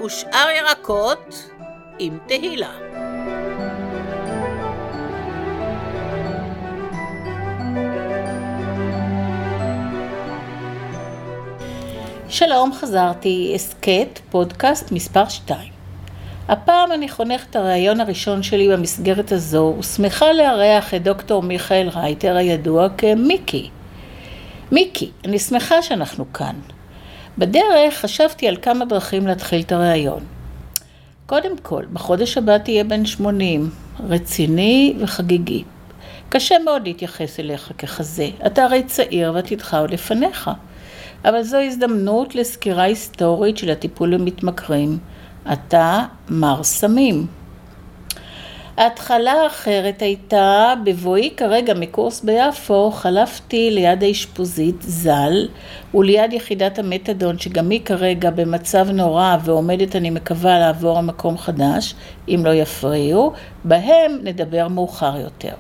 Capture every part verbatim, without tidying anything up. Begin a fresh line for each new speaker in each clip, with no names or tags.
ושאר ירקות עם תהילה. שלום, חזרתי, הסקט, פודקאסט מספר שתיים. הפעם אני חונכת את הרעיון הראשון שלי במסגרת הזו, ושמחה לארח את דוקטור מיכאל רייטר הידוע כמיקי. מיקי, אני שמחה שאנחנו כאן. בדרך חשבתי על כמה דרכים להתחיל את הרעיון. קודם כל, בחודש הבא תהיה בן שמונים, רציני וחגיגי. קשה מאוד להתייחס אליך ככזה, אתה הרי צעיר ועתידך עוד לפניך. אבל זו הזדמנות לסקירה היסטורית של הטיפול במתמכרים. אתה מר סמים. ההתחלה האחרת הייתה, בבואי כרגע מקורס ביפו, חלפתי ליד האשפוזית ז"ל, וליד יחידת המתדון, שגם היא כרגע במצב נורא ועומדת, אני מקווה, לעבור המקום חדש, אם לא יפריעו, בהם נדבר מאוחר יותר.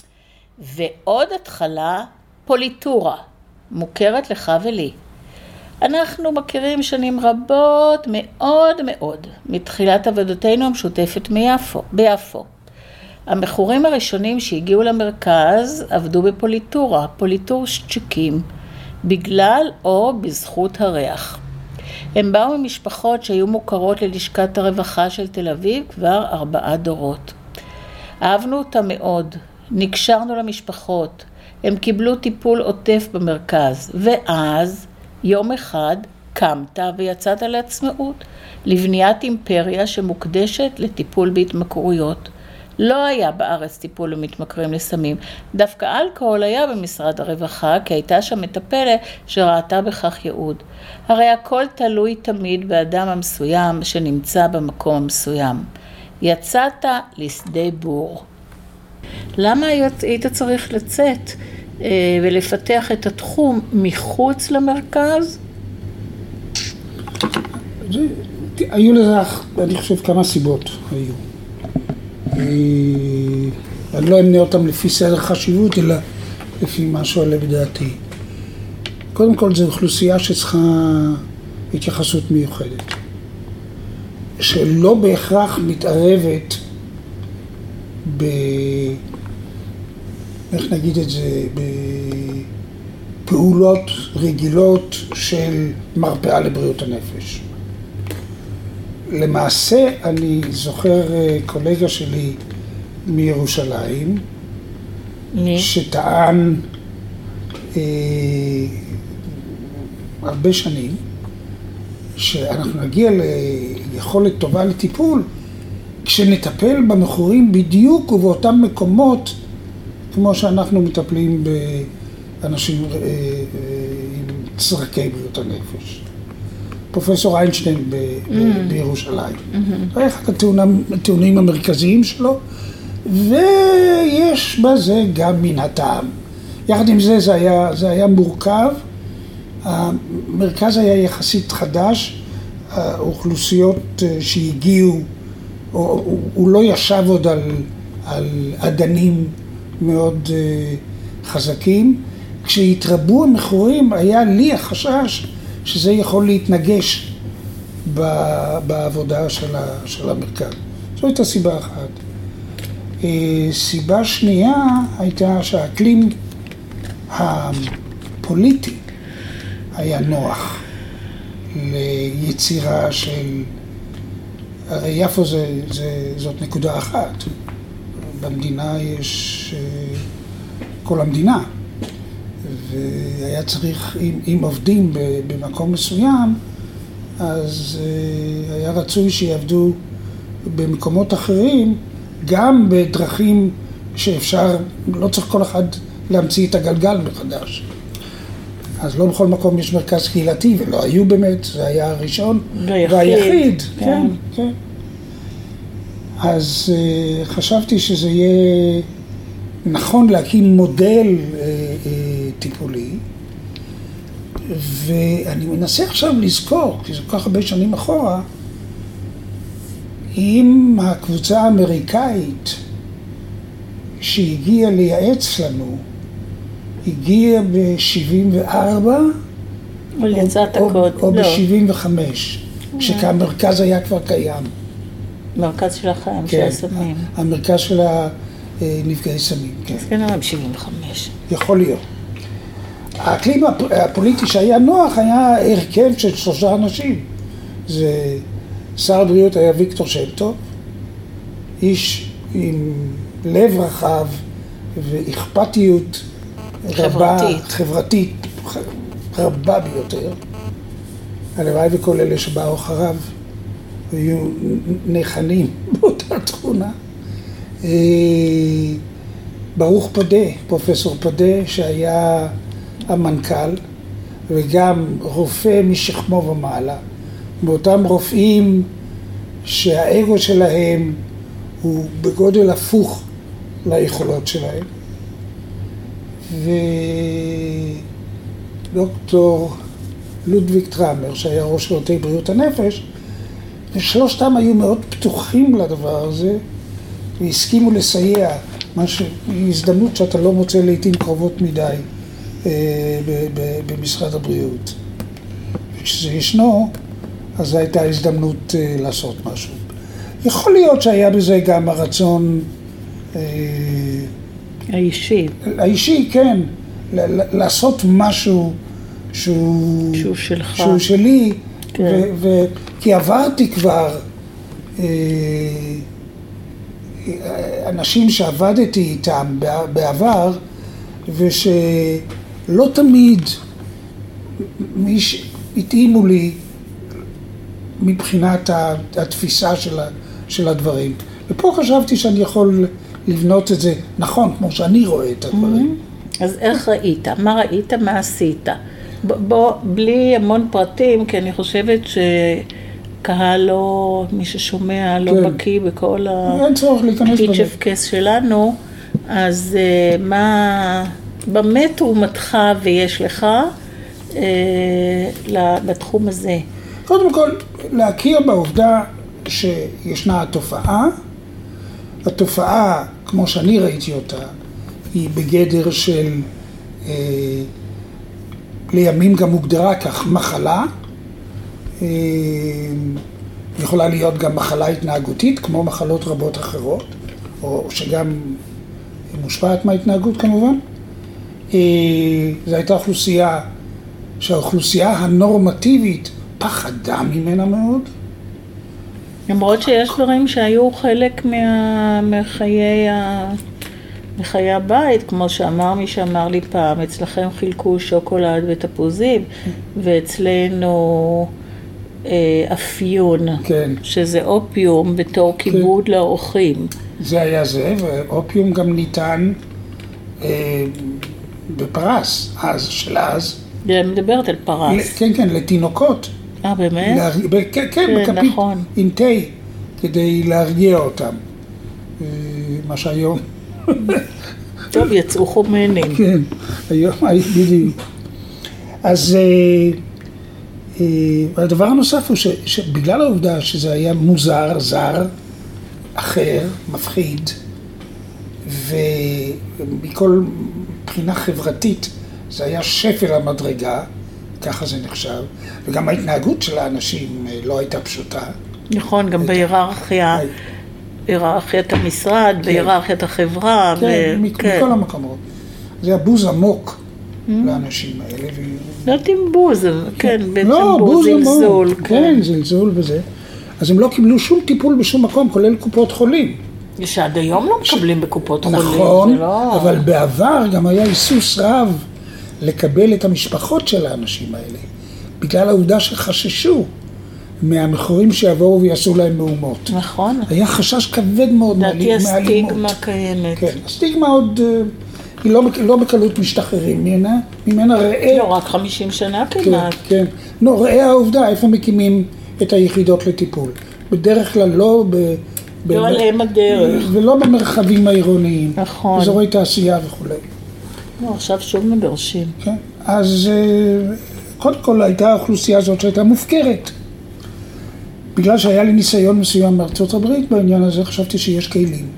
ועוד התחלה, פוליטורה, מוכרת לך ולי. אנחנו מכירים שנים רבות מאוד מאוד, מתחילת עבודתנו המשותפת מיפו, ביפו. המכורים הראשונים שהגיעו למרכז עבדו בפוליטורה, פוליטורשצ'יקים, בגלל או בזכות הריח. הם באו ממשפחות שהיו מוכרות ללשכת הרווחה של תל אביב כבר ארבעה דורות. אהבנו אותם מאוד, נקשרנו למשפחות, הם קיבלו טיפול עוטף במרכז, ואז יום אחד קמת ויצאת לעצמאות, לבניית אימפריה שמוקדשת לטיפול בהתמכרויות. לא היה בארץ טיפול למתמכרים לסמים, דווקא אלכוהול היה במשרד הרווחה, כי הייתה שם מטפלת שראתה בכך ייעוד. הרי הכל תלוי תמיד באדם המסוים שנמצא במקום המסוים. יצאת לשדה בור. למה היית צריך לצאת ולפתח את התחום מחוץ למרכז?
זה, היו לזה, אני חושב, כמה סיבות היו. אני לא אמנה אותם לפי סדר חשיבות, אלא לפי מה שעולה בדעתי. קודם כל, זו אוכלוסייה שצריכה התייחסות מיוחדת, שלא בהכרח מתערבת ב... איך נגיד את זה, בפעולות רגילות של מרפאה לבריאות הנפש. למעשה, אני זוכר קולגה שלי מירושלים, מי? שטען אה, הרבה שנים, שאנחנו נגיע ליכולת טובה לטיפול, כשנטפל במכורים בדיוק ובאותם מקומות, כמו שאנחנו מטפלים באנשים אה, אה, עם צרכי בריאות הנפש. פרופסור איינשטיין ב, mm. ב, בירושלים. Mm-hmm. זה היה אחד הטיעונים המרכזיים שלו, ויש בזה גם מן הטעם. יחד עם זה, זה היה, זה היה מורכב. המרכז היה יחסית חדש, האוכלוסיות שהגיעו, הוא, הוא לא ישב עוד על, על עדנים מאוד uh, חזקים. כשהתרבו המכורים היה לי החשש שזה יכול להתנגש ב, בעבודה של, ה, של המרכז. זו הייתה סיבה אחת. Uh, סיבה שנייה הייתה שהאקלים הפוליטי היה נוח ליצירה של... הרי יפו זה, זה, זאת נקודה אחת. במדינה יש כל המדינה, והיה צריך, אם, אם עובדים במקום מסוים, אז היה רצוי שיעבדו במקומות אחרים, גם בדרכים שאפשר, לא צריך כל אחד להמציא את הגלגל מחדש. אז לא בכל מקום יש מרכז קהילתי, ולא היו באמת, זה היה הראשון והיחיד. כן, כן. כן. אז uh, חשבתי שזה יהיה נכון להקים מודל uh, uh, טיפולי, ואני מנסה עכשיו לזכור, כי זה כל כך הרבה שנים אחורה, אם הקבוצה האמריקאית שהגיעה לייעץ לנו, הגיעה ב-שבעים וארבע,
או, או,
או ב-שבעים וחמש. כשהמרכז היה כבר קיים.
מרכז של החיים, של הסמים.
המרכז של הנפגעי סמים, כן.
אז כנראה ב-שבעים וחמש.
יכול להיות. האקלים הפוליטי שהיה נוח היה הרכב של שלושה אנשים. זה שר הבריאות היה ויקטור שם טוב, איש עם לב רחב ואכפתיות רבה, חברתית רבה ביותר. הלוואי וכל אלה שבאו אחריו היו נחנים באותה תכונה. ברוך פדה, פרופסור פדה, שהיה המנכ"ל וגם רופא משכמו ומעלה, באותם רופאים שהאגו שלהם הוא בגודל הפוך ליכולות שלהם. ודוקטור לודוויג טראמר, שהיה ראש שירותי בריאות הנפש, ושלושתם היו מאוד פתוחים לדבר הזה, והסכימו לסייע, משהו, הזדמנות שאתה לא מוצא לעתים קרובות מדי אה, ב- ב- במשרד הבריאות. וכשזה ישנו, אז הייתה הזדמנות אה, לעשות משהו. יכול להיות שהיה בזה גם הרצון אה,
האישי.
האישי, כן, ל- ל- לעשות משהו שהוא,
שהוא שלך.
שהוא שלי,
כן.
ו- ו- כי עברתי כבר אה, אנשים שעבדתי איתם בעבר, ושלא תמיד מי שהתאימו לי מבחינת התפיסה של, ה, של הדברים. ופה חשבתי שאני יכול לבנות את זה נכון, כמו שאני רואה את הדברים.
אז איך ראית? מה ראית? מה עשית? בוא, בלי המון פרטים, כי אני חושבת שקהל לא, מי ששומע, לא
כן.
בקיא בכל
אין צורך להיכנס בזה.
הפיצ'ף קס שלנו, אז uh, מה, במה תרומתך ויש לך uh, בתחום הזה?
קודם כל, להכיר בעובדה שישנה התופעה. התופעה, כמו שאני ראיתי אותה, היא בגדר של, אה, לימים גם מוגדרה כך, מחלה. אה, יכולה להיות גם מחלה התנהגותית, כמו מחלות רבות אחרות, או שגם מושפעת מההתנהגות כמובן. אה, זו הייתה אוכלוסייה, שהאוכלוסייה הנורמטיבית פחדה ממנה מאוד.
למרות שיש דברים שהיו חלק מה, מחיי, ה, מחיי הבית, כמו שאמר מי שאמר לי פעם, אצלכם חילקו שוקולד ותפוזים, ואצלנו אה, אפיון,
כן.
שזה אופיום בתור כיבוד כן. לאורחים.
זה היה זה, ואופיום גם ניתן אה, בפרס, אז, של אז.
אני מדברת על פרס.
כן, כן, לתינוקות.
אה, באמת?
להרג... כן, כן, כן, בכפית,
נכון.
עם תה, כדי להרגיע אותם. מה שהיום...
טוב, יצאו חומנים.
כן, היום הייתי בדיוק. אז אה, הדבר הנוסף הוא ש, שבגלל העובדה שזה היה מוזר, זר, אחר, מפחיד, ומכל בחינה חברתית זה היה שפל המדרגה, ככה זה נחשב, וגם ההתנהגות של האנשים לא הייתה פשוטה.
נכון, גם בהיררכיה, בהיררכיית המשרד, בהיררכיית החברה.
כן, מכל המקומות. זה היה בוז עמוק לאנשים האלה.
לא יודעים בוז, כן, בעצם בוז, זלזול.
כן, זלזול וזה. אז הם לא קיבלו שום טיפול בשום מקום, כולל קופות חולים.
שעד היום לא מקבלים בקופות חולים.
נכון, אבל בעבר גם היה היסוס רב לקבל את המשפחות של האנשים האלה, בגלל העובדה שחששו מהמכורים שיבואו ויעשו להם מהומות.
נכון.
היה חשש כבד מאוד
מאלימות. דעתי הסטיגמה קיימת.
כן, הסטיגמה עוד, היא לא, לא בקלות משתחררים ממנה, ממנה ראה...
לא, רק חמישים שנה כמעט.
כן, כן. לא, ראה העובדה, איפה מקימים את היחידות לטיפול. בדרך כלל לא ב...
לא עליהם הדרך.
ולא במרחבים העירוניים.
נכון.
אזורי תעשייה וכו'.
לא, עכשיו שוב מדרשים.
כן, אז קודם כל הייתה האוכלוסייה הזאת שהייתה מופקרת. בגלל שהיה לי ניסיון מסוים מארצות הברית בעניין הזה, חשבתי שיש כלים.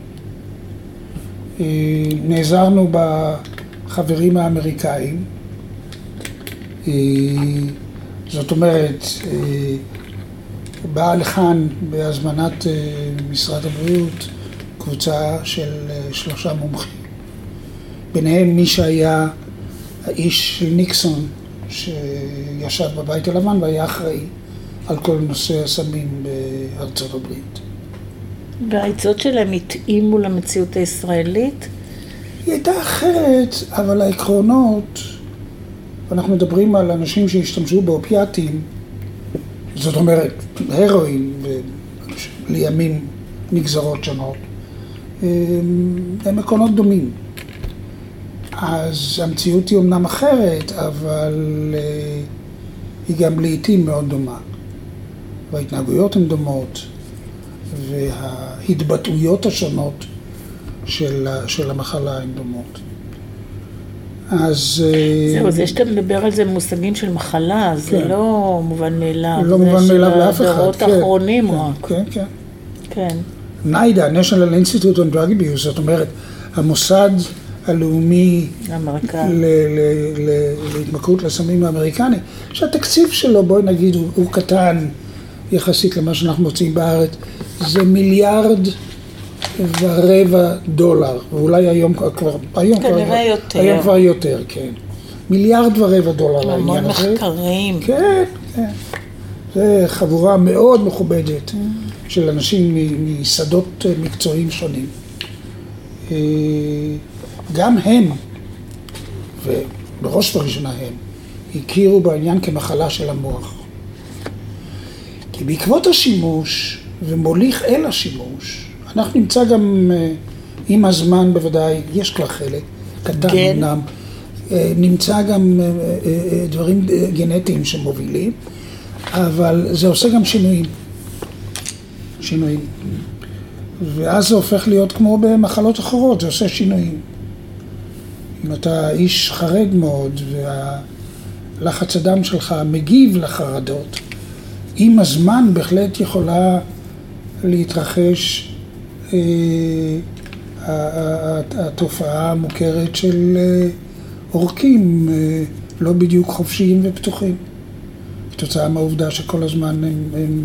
נעזרנו בחברים האמריקאים. זאת אומרת, באה לכאן בהזמנת משרד הבריאות קבוצה של שלושה מומחים. ביניהם מי שהיה האיש של ניקסון שישב בבית הלבן והיה אחראי על כל נושא הסמים בארצות הברית.
והעצות שלהם התאימו למציאות הישראלית?
היא הייתה אחרת, אבל העקרונות, אנחנו מדברים על אנשים שהשתמשו באופיאטים, זאת אומרת, הרואין ולימים נגזרות שונות, הם עקרונות דומים. אז המציאות היא אומנם אחרת, אבל היא גם לעתים מאוד דומה. וההתנהגויות הן דומות, וההתבטאויות השונות של, של המחלה הן דומות. אז...
זהו, זה שאתה מדבר על זה מושגים של מחלה, זה כן. לא מובן מאליו.
לא מובן מאליו לאף אחד.
זה של הדורות האחרונים
כן,
רק.
כן, כן.
כן.
ניידה, National Institute on Drug Abuse, זאת אומרת, המוסד הלאומי ל- ל- ל- להתמכרות לסמים האמריקני, שהתקציב שלו, בואי נגיד, הוא, הוא קטן יחסית למה שאנחנו מוצאים בארץ, זה מיליארד ורבע דולר, ואולי היום כבר, היום כבר,
יותר.
היום כבר יותר, כן. מיליארד ורבע דולר לעניין הזה.
המון מחקרים.
כן, כן. זה חבורה מאוד מכובדת של אנשים משדות מקצועיים שונים. גם הם, ובראש ובראשונה הם, הכירו בעניין כמחלה של המוח. כי בעקבות השימוש, ומוליך אל השימוש, אנחנו נמצא גם עם הזמן בוודאי, יש כבר חלק, קטן אמנם, נמצא גם דברים גנטיים שמובילים, אבל זה עושה גם שינויים. שינויים. ואז זה הופך להיות כמו במחלות אחרות, זה עושה שינויים. אם אתה איש חרד מאוד, והלחץ הדם שלך מגיב לחרדות, עם הזמן בהחלט יכולה להתרחש אה, התופעה המוכרת של אה, עורקים אה, לא בדיוק חופשיים ופתוחים. כתוצאה מהעובדה שכל הזמן הם, הם,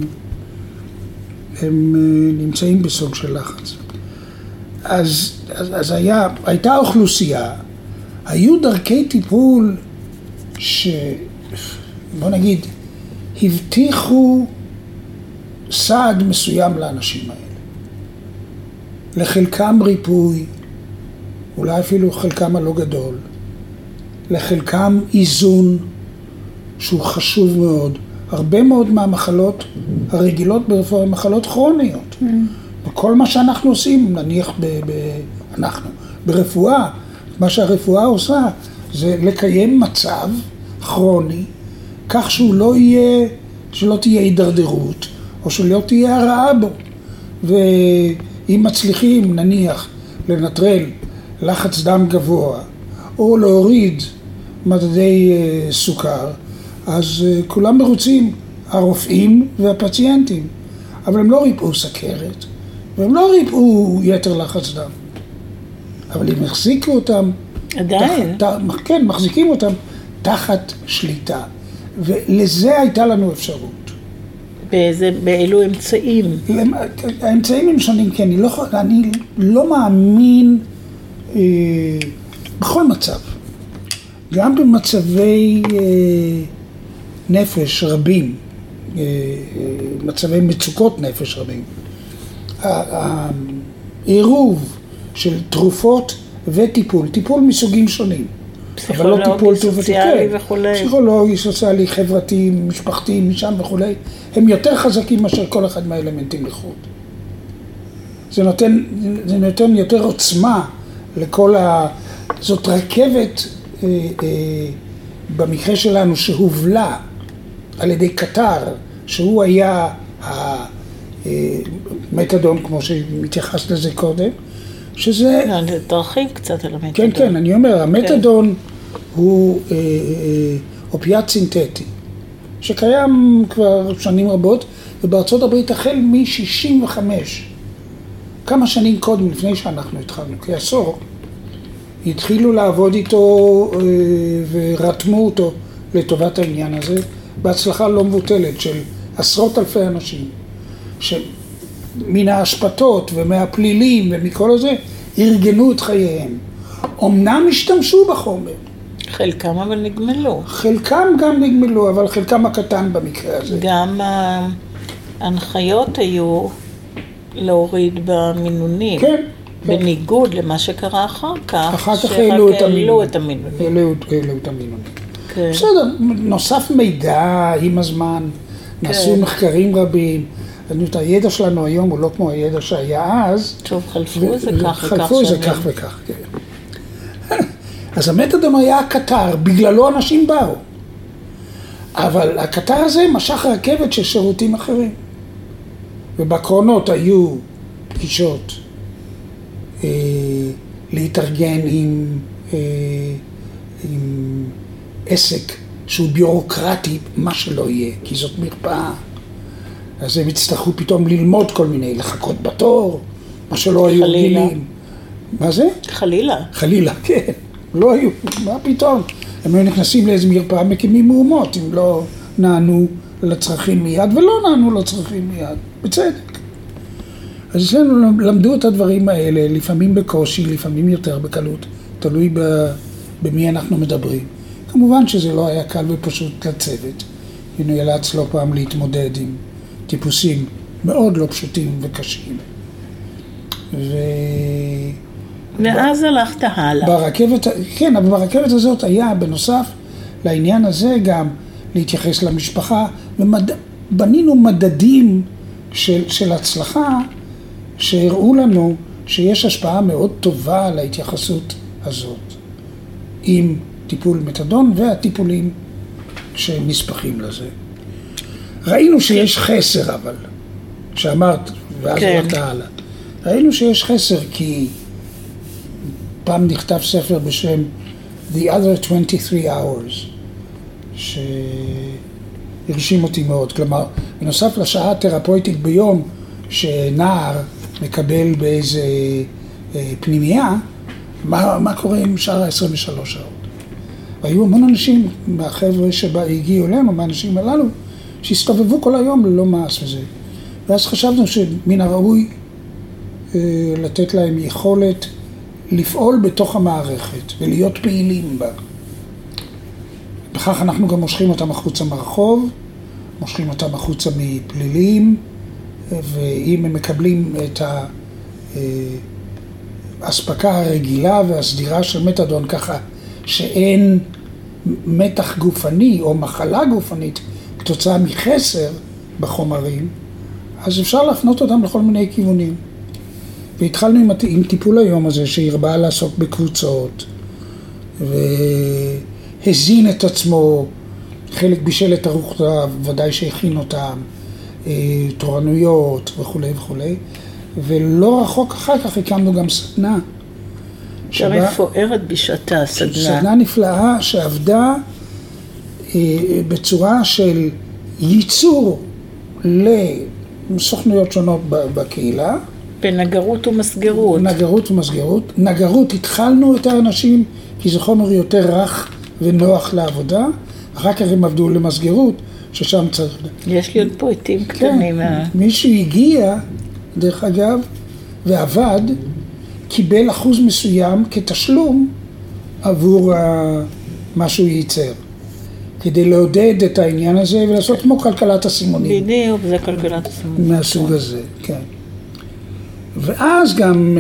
הם נמצאים בסוג של לחץ. אז, אז, אז היה, הייתה אוכלוסייה, היו דרכי טיפול ש... בוא נגיד, הבטיחו סעד מסוים לאנשים האלה. לחלקם ריפוי, אולי אפילו חלקם הלא גדול, לחלקם איזון, שהוא חשוב מאוד. הרבה מאוד מהמחלות הרגילות ברפואה הן מחלות כרוניות. Mm. וכל מה שאנחנו עושים, נניח ב, ב, אנחנו, ברפואה, מה שהרפואה עושה זה לקיים מצב כרוני, כך שהוא לא יהיה, שלא תהיה הידרדרות, או שלא תהיה הרעה בו. ואם מצליחים, נניח, לנטרל לחץ דם גבוה, או להוריד מדדי סוכר, אז uh, כולם מרוצים, הרופאים והפציינטים, אבל הם לא ריפאו סכרת, והם לא ריפאו יתר לחץ דם, אבל הם החזיקו אותם,
עדיין?
תח, ת, כן, מחזיקים אותם תחת שליטה, ולזה הייתה לנו אפשרות.
באיזה, באילו אמצעים?
האמצעים הם שונים, כי אני לא, אני לא מאמין אה, בכל מצב, גם במצבי אה, נפש רבים, מצבי מצוקות נפש רבים. העירוב של תרופות וטיפול, טיפול מסוגים שונים.
פסיכולוגי, סוציאלי וכולי.
פסיכולוגי, סוציאלי, חברתי, משפחתי, משם וכולי. הם יותר חזקים מאשר כל אחד מהאלמנטים לחוד. זה נותן, זה נותן יותר עוצמה לכל ה... זאת רכבת אה, אה, במקרה שלנו שהובלה על ידי קטר, שהוא היה המתדון, כמו שמתייחס לזה קודם, שזה...
תרחיב קצת על המתדון.
כן, כן, אני אומר, המתדון הוא אופיאט סינתטי, שקיים כבר שנים רבות, ובארצות הברית החל מ-שישים וחמש, כמה שנים קודם, לפני שאנחנו התחלנו, כעשור, התחילו לעבוד איתו ורתמו אותו לטובת העניין הזה, בהצלחה לא מבוטלת של עשרות אלפי אנשים, שמן ההשפטות ומהפלילים ומכל הזה, ארגנו את חייהם. אמנם השתמשו בחומר.
חלקם אבל נגמלו.
חלקם גם נגמלו, אבל חלקם הקטן במקרה הזה.
גם ההנחיות היו להוריד במינונים.
כן.
בניגוד למה שקרה אחר כך.
אחר כך העלו את המינונים.
העלו את המינונים.
העלו את המינונים.
כן.
בסדר, נוסף מידע עם הזמן, נעשו מחקרים רבים. הידע שלנו היום הוא לא כמו הידע שהיה אז.
טוב, חלפו זה כך וכך.
חלפו זה כך וכך, כן. אז המתדון היה הקטר, בגללו אנשים באו. אבל הקטר הזה משך רכבת של שירותים אחרים. ובקרונות היו פגישות אה, להתארגן עם, אה, עם עסק שהוא ביורוקרטי, מה שלא יהיה, כי זאת מרפאה. אז הם יצטרכו פתאום ללמוד כל מיני, לחכות בתור, מה שלא היו רגילים. מה זה?
חלילה.
חלילה, כן. לא היו, מה פתאום? הם היו נכנסים לאיזו מרפאה, מקימים מהומות, אם לא נענו לצרכים מיד, ולא נענו לצרכים מיד, בצדק. אז אצלנו למדו את הדברים האלה, לפעמים בקושי, לפעמים יותר בקלות, תלוי במי אנחנו מדברים. כמובן שזה לא היה קל ופשוט לצוות. היינו ילץ לא פעם להתמודד עם טיפוסים מאוד לא פשוטים וקשים. ו...
ואז הלכת הלאה.
ברכבת, כן, אבל ברכבת הזאת היה בנוסף לעניין הזה גם להתייחס למשפחה, ובנינו מדדים של, של הצלחה שהראו לנו שיש השפעה מאוד טובה על ההתייחסות הזאת עם טיפול מתדון והטיפולים שנספחים לזה. ראינו שיש חסר אבל, שאמרת, ואז
כן.
הלכת הלאה. ראינו שיש חסר כי פעם נכתב ספר בשם The Other twenty-three hours, שהרשים אותי מאוד. כלומר, בנוסף לשעה התרפויטית ביום שנער מקבל באיזה פנימייה, מה, מה קורה עם שאר ה-עשרים ושלוש שעות? והיו המון אנשים מהחבר'ה שהגיעו אלינו, מהאנשים הללו, שהסתובבו כל היום ללא מעש וזה. ואז חשבנו שמן הראוי אה, לתת להם יכולת לפעול בתוך המערכת ולהיות פעילים בה. בכך אנחנו גם מושכים אותם החוצה מרחוב, מושכים אותם החוצה מפלילים, ואם הם מקבלים את ההספקה הרגילה והסדירה של מתדון ככה שאין מתח גופני או מחלה גופנית כתוצאה מחסר בחומרים, אז אפשר להפנות אותם לכל מיני כיוונים. והתחלנו עם, עם טיפול היום הזה שהרבה לעסוק בקבוצות והזין את עצמו, חלק בישל את הרוחתה, ודאי שהכין אותם, תורנויות וכו' וכו'. ולא רחוק אחר כך הקמנו גם סדנה.
שבה מפוארת בשעתה, סדנה.
סדנה נפלאה שעבדה בצורה של ייצור לסוכנויות שונות בקהילה.
בנגרות ומסגרות.
נגרות ומסגרות. נגרות, התחלנו את האנשים, כי זה חומר יותר רך ונוח לעבודה. אחר כך הם עבדו למסגרות, ששם צריך...
יש לי עוד פה עיתים קטנים.
כן, מי שהגיע, דרך אגב, ועבד, קיבל אחוז מסוים כתשלום עבור מה שהוא ייצר. כדי לעודד את העניין הזה ולעשות כמו כלכלת הסימונים.
בדיוק, זה כלכלת הסימונים.
מהסוג הזה, כן. ואז גם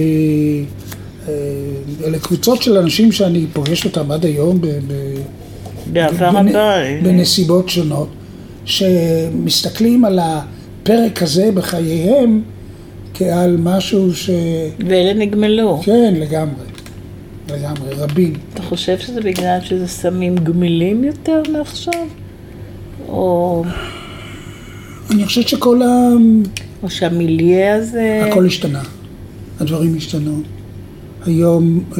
אלה קבוצות של אנשים שאני פוגש אותם עד היום
בעבר הבא.
בנסיבות שונות, שמסתכלים על הפרק הזה בחייהם כעל משהו ש...
ואלה נגמלו.
כן, לגמרי. לגמרי, רבים.
אתה חושב שזה בגלל שזה סמים גמילים יותר מעכשיו? או...
אני חושב שכל ה...
או שהמיליה הזה...
הכל השתנה. הדברים השתנו. היום אה,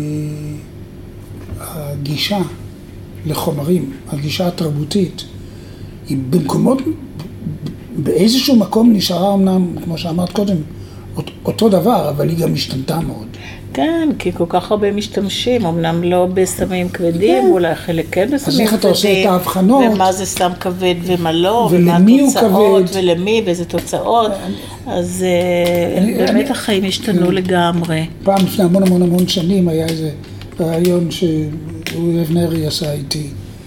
הגישה לחומרים, הגישה התרבותית, היא במקומות, באיזשהו מקום נשארה אמנם, כמו שאמרת קודם, אותו דבר, אבל היא גם השתנתה מאוד.
כן, כי כל כך הרבה משתמשים, אמנם לא בסמים כבדים, אולי חלק כן בסמים כבדים.
אז איך אתה עושה את ההבחנות?
ומה זה סם כבד ומה לא,
ולמי הוא כבד.
ולמי, ואיזה תוצאות. אז באמת החיים השתנו לגמרי.
פעם לפני המון המון המון שנים היה איזה רעיון שאורי אבנרי עשה איתי,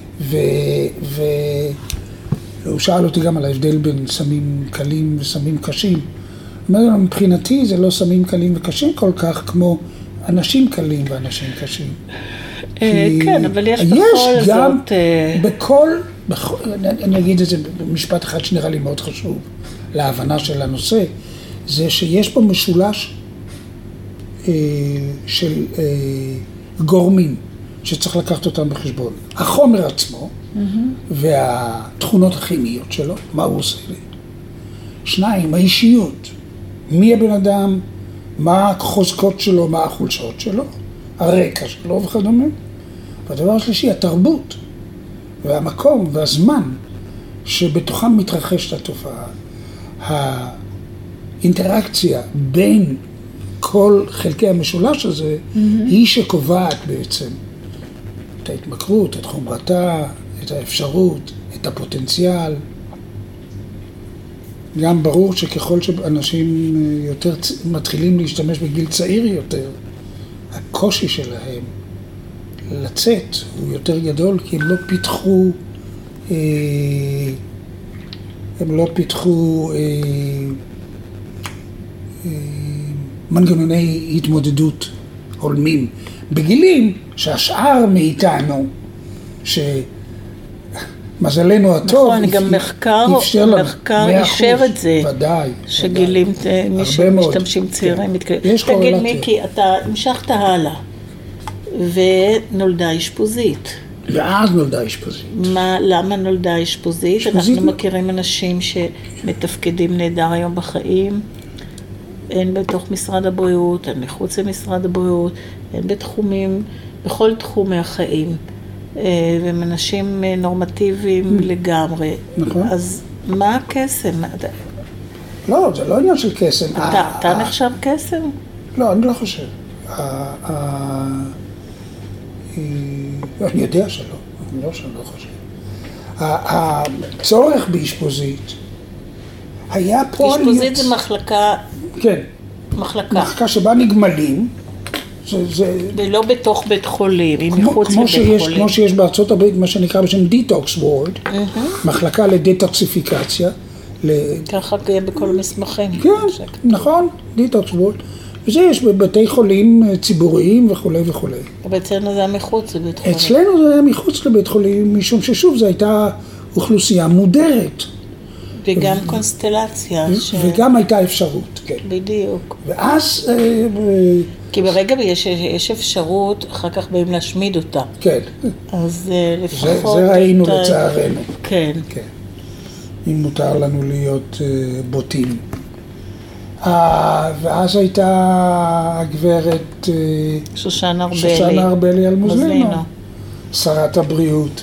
והוא שאל אותי גם על ההבדל בין סמים קלים וסמים קשים. אומר לו, מבחינתי זה לא סמים קלים וקשים כל כך כמו אנשים קלים ואנשים קשים.
כן, אבל יש בכל זאת...
יש גם בכל, אני אגיד את זה במשפט אחד שנראה לי מאוד חשוב להבנה של הנושא, זה שיש פה משולש של גורמים שצריך לקחת אותם בחשבון. החומר עצמו והתכונות הכימיות שלו, מה הוא עושה לי. שניים, האישיות. מי הבן אדם, מה החוזקות שלו, מה החולשות שלו, הרקע שלו וכדומה. והדבר השלישי, התרבות והמקום והזמן שבתוכם מתרחשת התופעה. האינטראקציה בין כל חלקי המשולש הזה mm-hmm. היא שקובעת בעצם את ההתמכרות, את חומרתה, את האפשרות, את הפוטנציאל. גם ברור שככל שאנשים יותר מתחילים להשתמש בגיל צעיר יותר, הקושי שלהם לצאת הוא יותר גדול, כי הם לא פיתחו, אה, הם לא פיתחו אה, אה, מנגנוני התמודדות הולמים. בגילים שהשאר מאיתנו, ש... מזלנו הטוב,
נכון, גם מחקר, מחקר אישר את זה,
ודאי,
שגילים, מי שמשתמשים צעירים מתקדמים. תגיד מיקי, אתה המשכת הלאה, ונולדה אשפוזית.
ואז נולדה אשפוזית.
מה, למה נולדה אשפוזית? אנחנו מכירים אנשים שמתפקדים נהדר היום בחיים, הן בתוך משרד הבריאות, הן מחוץ למשרד הבריאות, הן בתחומים, בכל תחומי החיים. והם אנשים נורמטיביים לגמרי.
נכון.
אז מה הקסם?
לא, זה לא עניין של קסם.
אתה נחשב קסם?
לא, אני לא חושב. אני יודע שלא, אני לא שאני לא חושב. הצורך באשפוזית היה פועל...
אשפוזית זה מחלקה...
כן.
מחלקה.
מחלקה שבה נגמלים. זה, זה...
ולא בתוך בית חולים, היא
כמו,
מחוץ
כמו
לבית
שיש,
חולים.
כמו שיש בארצות הברית, מה שנקרא בשם Detox Ward,
Mm-hmm.
מחלקה לדטוקסיפיקציה. ל...
ככה יהיה בכל המסמכים.
כן, נכון, Detox Ward. וזה יש בבתי חולים ציבוריים וכו' וכו'.
אבל אצלנו זה היה מחוץ לבית חולים.
אצלנו זה היה מחוץ לבית חולים, משום ששוב זו הייתה אוכלוסייה מודרת.
וגם ו... קונסטלציה.
ו... ש... וגם הייתה אפשרות, כן.
בדיוק.
ואז...
כי ברגע יש, יש אפשרות, אחר כך באים להשמיד אותה.
כן.
אז לפחות...
זה, זה ראינו את... לצערנו.
כן.
כן. אם מותר לנו להיות uh, בוטים. Uh, ואז הייתה הגברת... Uh,
שושנה ארבלי.
שושנה ארבלי אלמוזלינו. שרת הבריאות,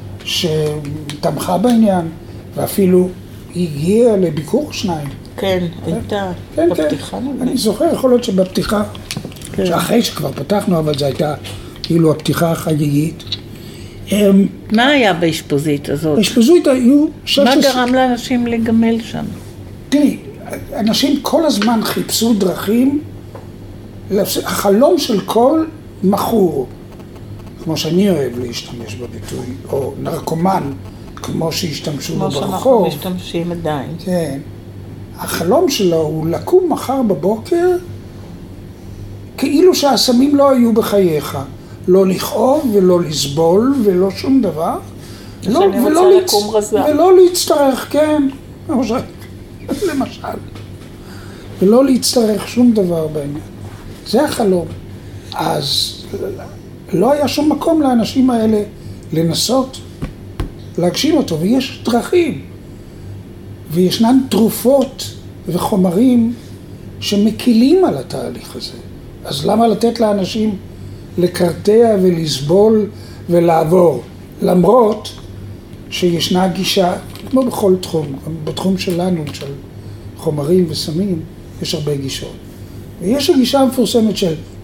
שתמכה בעניין, ואפילו הגיעה לביקור שניים.
כן, הייתה.
כן,
בפתיחה.
כן. אני זוכר, יכול להיות שבפתיחה, כן. שאחרי שכבר פתחנו, אבל זו הייתה כאילו הפתיחה החגיגית.
מה היה באשפוזית הזאת?
באשפוזית היו...
מה גרם לאנשים לגמל שם?
תראי, אנשים כל הזמן חיפשו דרכים, החלום של כל מכור, כמו שאני אוהב להשתמש בביטוי, או נרקומן, כמו שהשתמשו לו ברחוב.
כמו שאנחנו משתמשים עדיין.
כן. החלום שלו הוא לקום מחר בבוקר, כאילו שהסמים לא היו בחייך. לא לכאוב ולא לסבול ולא שום דבר.
לא, ולא, להצ...
ולא להצטרך, כן. למשל. ולא להצטרך שום דבר בעניין. זה החלום. אז לא היה שום מקום לאנשים האלה לנסות להגשים אותו, ויש דרכים. וישנן תרופות וחומרים שמקילים על התהליך הזה. אז למה לתת לאנשים לקרטע ולסבול ולעבור? למרות שישנה גישה, כמו בכל תחום, בתחום שלנו, של חומרים וסמים, יש הרבה גישות. ויש הגישה המפורסמת של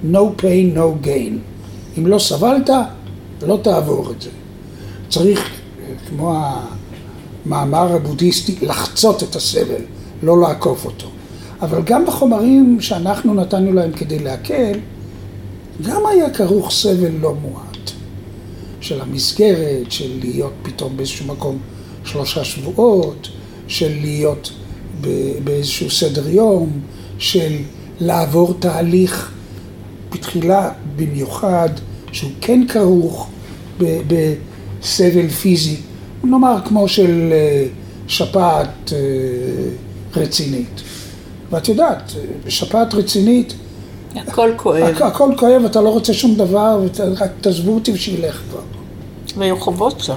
no pain, no gain. אם לא סבלת, לא תעבור את זה. צריך, כמו המאמר הבודהיסטי, לחצות את הסבל, לא לעקוף אותו. אבל גם בחומרים שאנחנו נתנו להם כדי להקל, גם היה כרוך סבל לא מועט. של המסגרת, של להיות פתאום באיזשהו מקום שלושה שבועות, של להיות באיזשהו סדר יום, של לעבור תהליך בתחילה במיוחד, שהוא כן כרוך בסבל פיזי, נאמר כמו של שפעת רצינית. ואת יודעת, בשפעת רצינית,
הכל כואב.
הכל כואב, אתה לא רוצה שום דבר, רק תעזבו אותי ושילך כבר.
והיו חובות שם,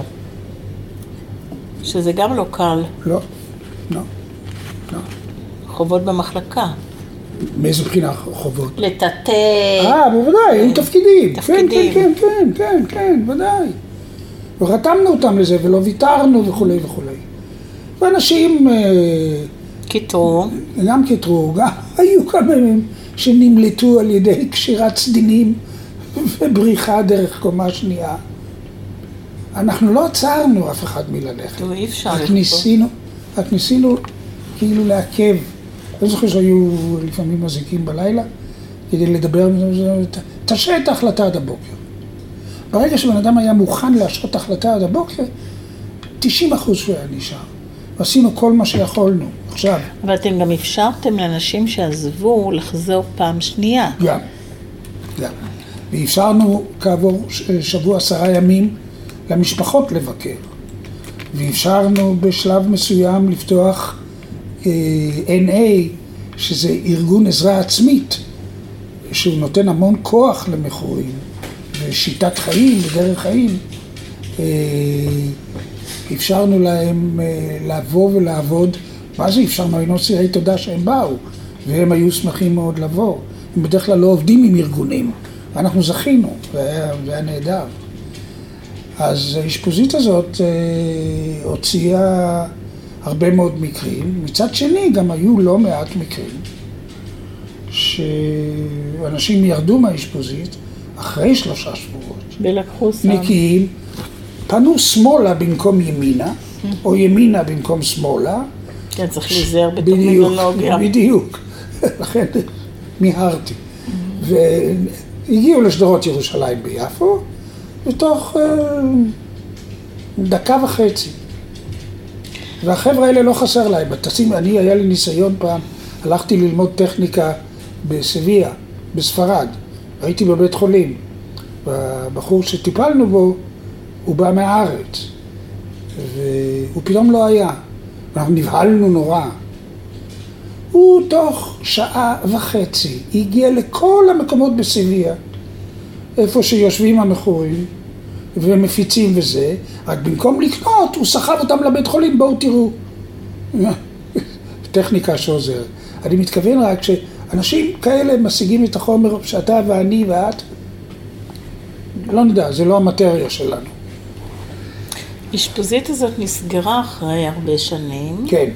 שזה גם לא קל.
לא, לא, לא.
חובות במחלקה.
מאיזו בחינה חובות?
לטאטא.
אה, בוודאי, עם תפקידים.
תפקידים.
כן, כן, כן, כן, כן, ודאי. ורתמנו אותם לזה ולא ויתרנו וכולי וכולי. ואנשים...
קיטרו.
גם קיטרו, גם היו כמה מהם שנמלטו על ידי קשירת סדינים ובריחה דרך קומה שנייה. אנחנו לא עצרנו אף אחד מללכת.
אי אפשר.
רק ניסינו, רק ניסינו כאילו לעכב. אני זוכר שהיו לפעמים מזיקים בלילה, כדי לדבר, תשרה את ההחלטה עד הבוקר. ברגע שבן אדם היה מוכן להשרות ההחלטה עד הבוקר, תשעים אחוז שהוא היה נשאר. ועשינו כל מה שיכולנו. עכשיו...
אבל אתם גם אפשרתם לאנשים שעזבו לחזור פעם שנייה.
גם, גם. ואפשרנו כעבור שבוע עשרה ימים למשפחות לבקר. ואפשרנו בשלב מסוים לפתוח אן איי, שזה ארגון עזרה עצמית, שהוא נותן המון כוח למכורים, ושיטת חיים ודרך חיים. אפשרנו להם לבוא ולעבוד, מה זה אפשרנו? היינו סירי תודה שהם באו, והם היו שמחים מאוד לבוא. הם בדרך כלל לא עובדים עם ארגונים, ואנחנו זכינו, והיה, והיה נהדר. אז האשפוזית הזאת הוציאה הרבה מאוד מקרים. מצד שני, גם היו לא מעט מקרים שאנשים ירדו מהאשפוזית אחרי שלושה שבועות.
ולקחו סם.
נקיים, פנו שמאלה במקום ימינה, או ימינה במקום שמאלה.
כן, צריך להיזהר בטרמינולוגיה.
בדיוק, לכן מיהרתי. והגיעו לשדרות ירושלים ביפו, בתוך דקה וחצי. והחבר'ה האלה לא חסר להם. בתשים, אני, היה לי ניסיון פעם, הלכתי ללמוד טכניקה בסביה, בספרד. הייתי בבית חולים. והבחור שטיפלנו בו, הוא בא מהארץ. והוא פתאום לא היה. אנחנו נבהלנו נורא. הוא תוך שעה וחצי הגיע לכל המקומות בסביה, איפה שיושבים המכורים ומפיצים וזה, רק במקום לקנות, הוא סחב אותם לבית חולים, בואו תראו. טכניקה שעוזר. אני מתכוון רק שאנשים כאלה משיגים את החומר שאתה ואני ואת, לא נדע, זה לא המטריה שלנו.
האשפוזית הזאת נסגרה אחרי הרבה שנים.
כן.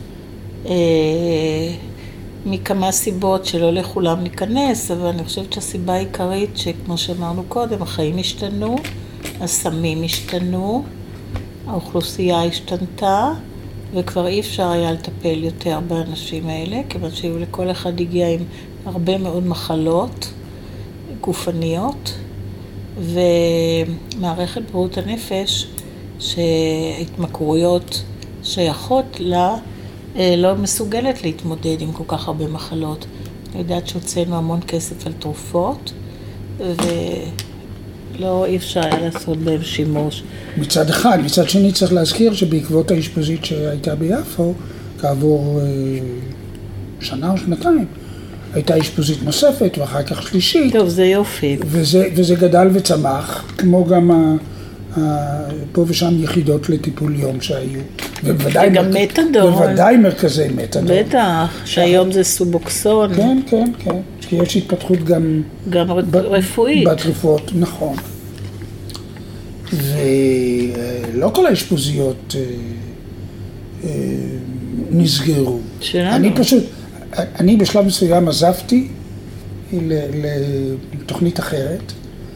מכמה סיבות שלא לכולם ניכנס, אבל אני חושבת שהסיבה העיקרית שכמו שאמרנו קודם, החיים השתנו, הסמים השתנו, האוכלוסייה השתנתה, וכבר אי אפשר היה לטפל יותר באנשים האלה, כיוון שהיו לכל אחד הגיע עם הרבה מאוד מחלות גופניות, ומערכת בריאות הנפש, שהתמכרויות שייכות לה, לא מסוגלת להתמודד עם כל כך הרבה מחלות. אני יודעת שהוצאנו המון כסף על תרופות, ולא אי אפשר היה לעשות בהם שימוש.
מצד אחד, מצד שני צריך להזכיר שבעקבות האשפוזית שהייתה ביפו, כעבור אה, שנה או שנתיים, הייתה אשפוזית נוספת ואחר כך שלישית.
טוב, זה יופי.
וזה, וזה גדל וצמח, כמו גם ה... פה ושם יחידות לטיפול יום שהיו.
ובוודאי גם מר... מתדון.
בוודאי מרכזי מתדון.
בטח, שהיום זה סובוקסון.
כן, כן, כן. כי יש התפתחות גם...
גם ב... רפואית.
בתרופות, נכון. ולא כל האשפוזיות נסגרו.
שלנו.
אני פשוט, אני בשלב מסוים עזבתי לתוכנית אחרת,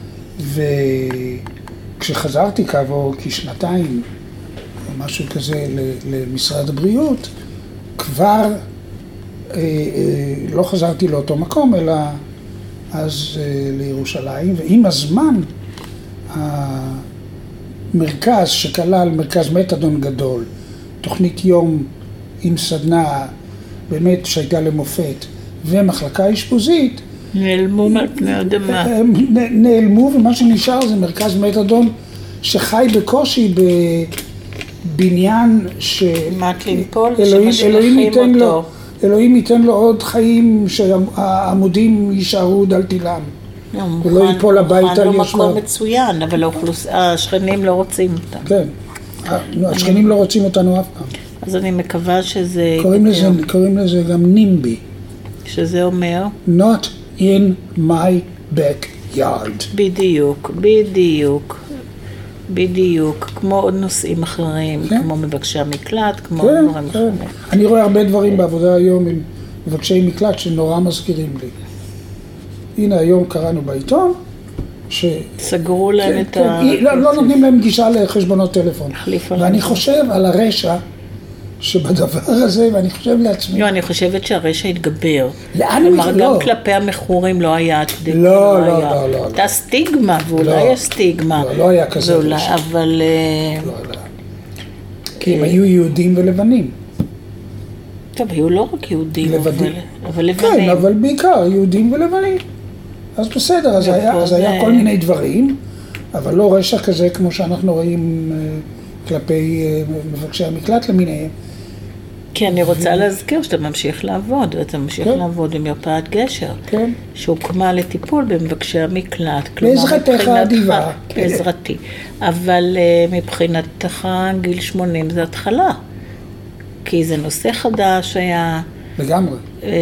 וכשחזרתי כעבור כשנתיים, או משהו כזה למשרד הבריאות, כבר אה, אה, לא חזרתי לאותו מקום, אלא אז אה, לירושלים, ועם הזמן, המרכז שכלל מרכז מתדון גדול, תוכנית יום עם סדנה, באמת שהייתה למופת, ומחלקה אשפוזית,
נעלמו על פני אדמה.
נעלמו, ומה שנשאר זה מרכז מתדון שחי בקושי בבניין ש...
מעט ליפול,
אלוהים, אלוהים ייתן לו,
אותו.
אלוהים ייתן לו עוד חיים שהעמודים יישארו דלתילם. ולא ייפול הביתה
על יושביו. מקום מצוין, אבל השכנים לא רוצים אותם.
כן, השכנים לא רוצים אותנו אף פעם.
אז אני מקווה שזה...
קוראים לזה, קוראים לזה גם נימבי.
שזה אומר?
Not in my backyard.
בדיוק, בדיוק, בדיוק. כמו עוד נושאים אחרים, כן? כמו מבקשי המקלט, כמו
כן,
דברים
כן.
אחרים.
אני רואה הרבה דברים בעבודה היום עם מבקשי מקלט שנורא מזכירים לי. הנה היום קראנו בעיתון, ש...
סגרו להם
כן,
את
כן,
ה...
לא, לא נותנים להם גישה לחשבונות טלפון. ואני חושב על הרשע שבדבר הזה, ואני חושב לעצמי...
לא, אני חושבת שהרשע התגבר.
לאן הוא...
כלומר, גם כלפי המכורים לא היה...
לא, לא, לא, לא.
הייתה סטיגמה, ואולי יש סטיגמה.
לא, לא היה כזה רשע.
אבל...
לא, לא. כי הם היו יהודים ולבנים.
טוב, היו לא רק יהודים, אבל לבנים.
כן, אבל בעיקר יהודים ולבנים. אז בסדר, אז היה כל מיני דברים, אבל לא רשע כזה כמו שאנחנו רואים כלפי מבקשי המקלט למיניהם.
כי אני רוצה להזכיר שאתה ממשיך לעבוד, ואתה ממשיך לעבוד במרפאת גשר, שהוקמה לטיפול במבקשי המקלט.
בעזרתך האדיבה.
בעזרתי. אבל מבחינתך גיל שמונים זה התחלה. כי זה נושא חדש היה...
לגמרי.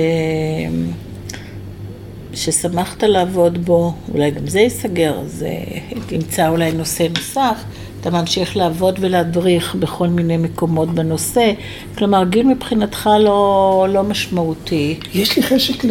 ששמחת לעבוד בו, אולי גם זה ייסגר, אז תמצא אולי נושא נוסף, אתה ממשיך לעבוד ולהדריך בכל מיני מקומות בנושא, כלומר גיל מבחינתך לא, לא משמעותי.
יש לי חשק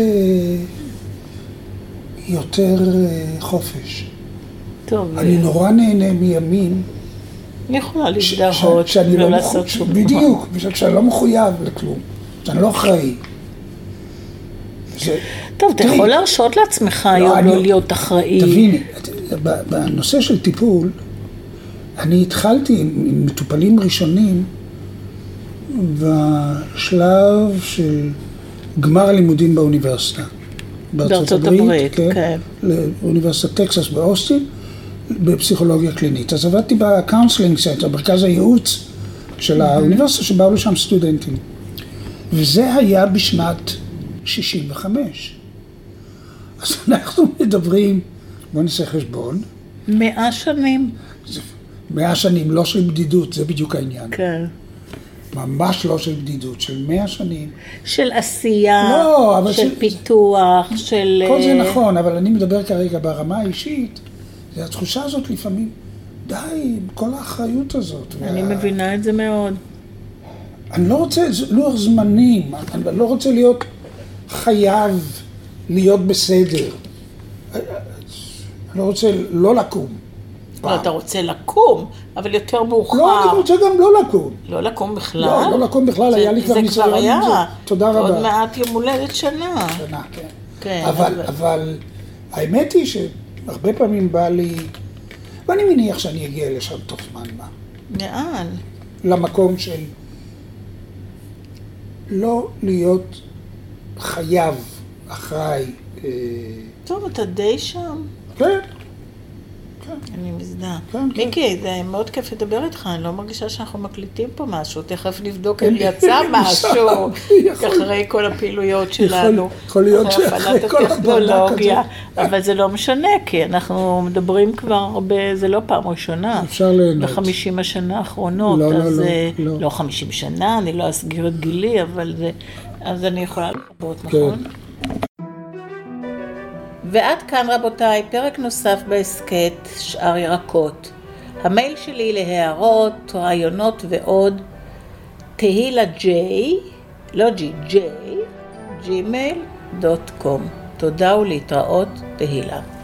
ליותר חופש.
טוב.
אני ו... נורא נהנה מימים.
אני יכולה להזדהות ש... ולא לא לעשות
מחו...
שום
בדיוק, דבר. כשאני לא מחויב לכלום, שאני לא אחראי.
זה... טוב, אתה יכול להרשות לעצמך היום לא, לא להיות אחראי.
תביני, בנושא של טיפול, אני התחלתי עם מטופלים ראשונים בשלב של גמר הלימודים באוניברסיטה.
בארצות הברית, כן.
לאוניברסיטת טקסס באוסטין, בפסיכולוגיה קלינית. אז עבדתי בקאונסלינג סנטר, מרכז הייעוץ של האוניברסיטה, שבאו לשם סטודנטים. וזה היה בשנת שישים וחמש. אז אנחנו מדברים, בוא נעשה חשבון.
מאה שנים.
מאה שנים, לא של בדידות, זה בדיוק העניין.
כן.
ממש לא של בדידות, של מאה שנים.
של עשייה,
לא, אבל
של,
של
פיתוח, של...
כל זה נכון, אבל אני מדבר כרגע ברמה האישית, זה התחושה הזאת לפעמים, די, כל האחריות הזאת.
אני
וה...
מבינה את זה מאוד.
אני לא רוצה לוח זמנים, אני לא רוצה להיות חייב להיות בסדר. אני לא רוצה לא לקום.
לא, אתה רוצה לקום, אבל יותר מאוחר.
לא, אני רוצה גם לא לקום.
לא לקום בכלל?
לא, לא לקום בכלל, היה לי כבר ניסיון עם זה. תודה רבה.
עוד מעט יום הולדת שנה.
שנה, כן.
כן.
אבל, אבל האמת היא שהרבה פעמים בא לי, ואני מניח שאני אגיע לשם תוך זמן מה.
לאן?
למקום של לא להיות חייב, אחראי.
טוב, אתה די שם.
כן.
אני מזדהה.
כן, כן.
מיקי, זה מאוד כיף לדבר איתך, אני לא מרגישה שאנחנו מקליטים פה משהו, תכף נבדוק אם יצא משהו, אחרי כל הפעילויות שלנו,
יכול להיות שאחרי כל
הטכנולוגיה, אבל זה לא משנה, כי אנחנו מדברים כבר הרבה, זה לא פעם ראשונה,
אפשר ליהנות.
בחמישים השנה האחרונות,
לא,
אז
לא, לא.
לא חמישים שנה, אני לא אסגיר את גילי, אבל זה, אז אני יכולה לחבות, נכון? ועד כאן רבותיי, פרק נוסף בהסקט שאר ירקות. המייל שלי להערות, רעיונות ועוד, תהילה ג'יי, לא ג'י, ג'יי, ג'ימייל דוט קום. תודה ולהתראות, תהילה.